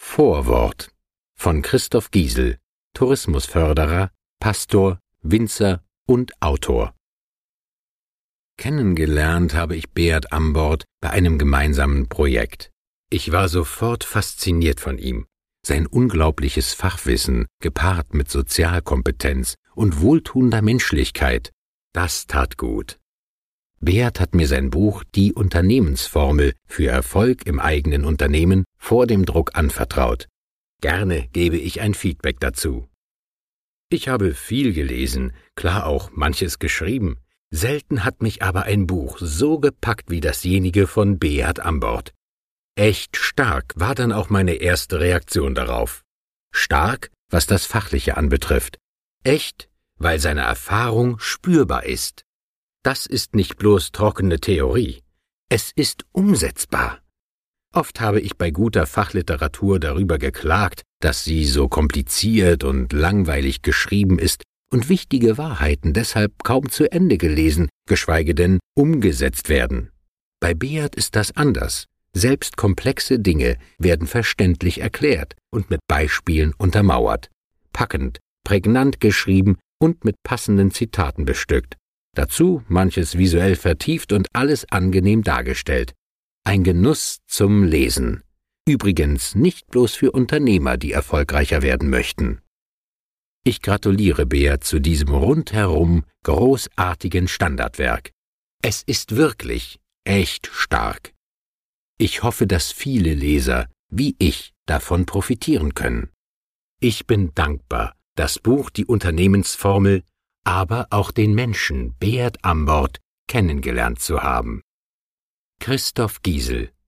Vorwort von Christoph Giesel, Tourismusförderer, Pastor, Winzer und Autor. Kennengelernt habe ich Beat Ambort bei einem gemeinsamen Projekt. Ich war sofort fasziniert von ihm. Sein unglaubliches Fachwissen, gepaart mit Sozialkompetenz und wohltuender Menschlichkeit, das tat gut. Beat hat mir sein Buch »Die Unternehmensformel« für Erfolg im eigenen Unternehmen vor dem Druck anvertraut. Gerne gebe ich ein Feedback dazu. Ich habe viel gelesen, klar auch manches geschrieben. Selten hat mich aber ein Buch so gepackt wie dasjenige von Beat Ambort. Echt stark war dann auch meine erste Reaktion darauf. Stark, was das Fachliche anbetrifft. Echt, weil seine Erfahrung spürbar ist. Das ist nicht bloß trockene Theorie. Es ist umsetzbar. Oft habe ich bei guter Fachliteratur darüber geklagt, dass sie so kompliziert und langweilig geschrieben ist und wichtige Wahrheiten deshalb kaum zu Ende gelesen, geschweige denn umgesetzt werden. Bei Beat ist das anders. Selbst komplexe Dinge werden verständlich erklärt und mit Beispielen untermauert. Packend, prägnant geschrieben und mit passenden Zitaten bestückt. Dazu manches visuell vertieft und alles angenehm dargestellt. Ein Genuss zum Lesen. Übrigens nicht bloß für Unternehmer, die erfolgreicher werden möchten. Ich gratuliere Beat zu diesem rundherum großartigen Standardwerk. Es ist wirklich echt stark. Ich hoffe, dass viele Leser, wie ich, davon profitieren können. Ich bin dankbar, das Buch »Die Unternehmensformel«, aber auch den Menschen Beat Ambort kennengelernt zu haben. Christoph Giesel,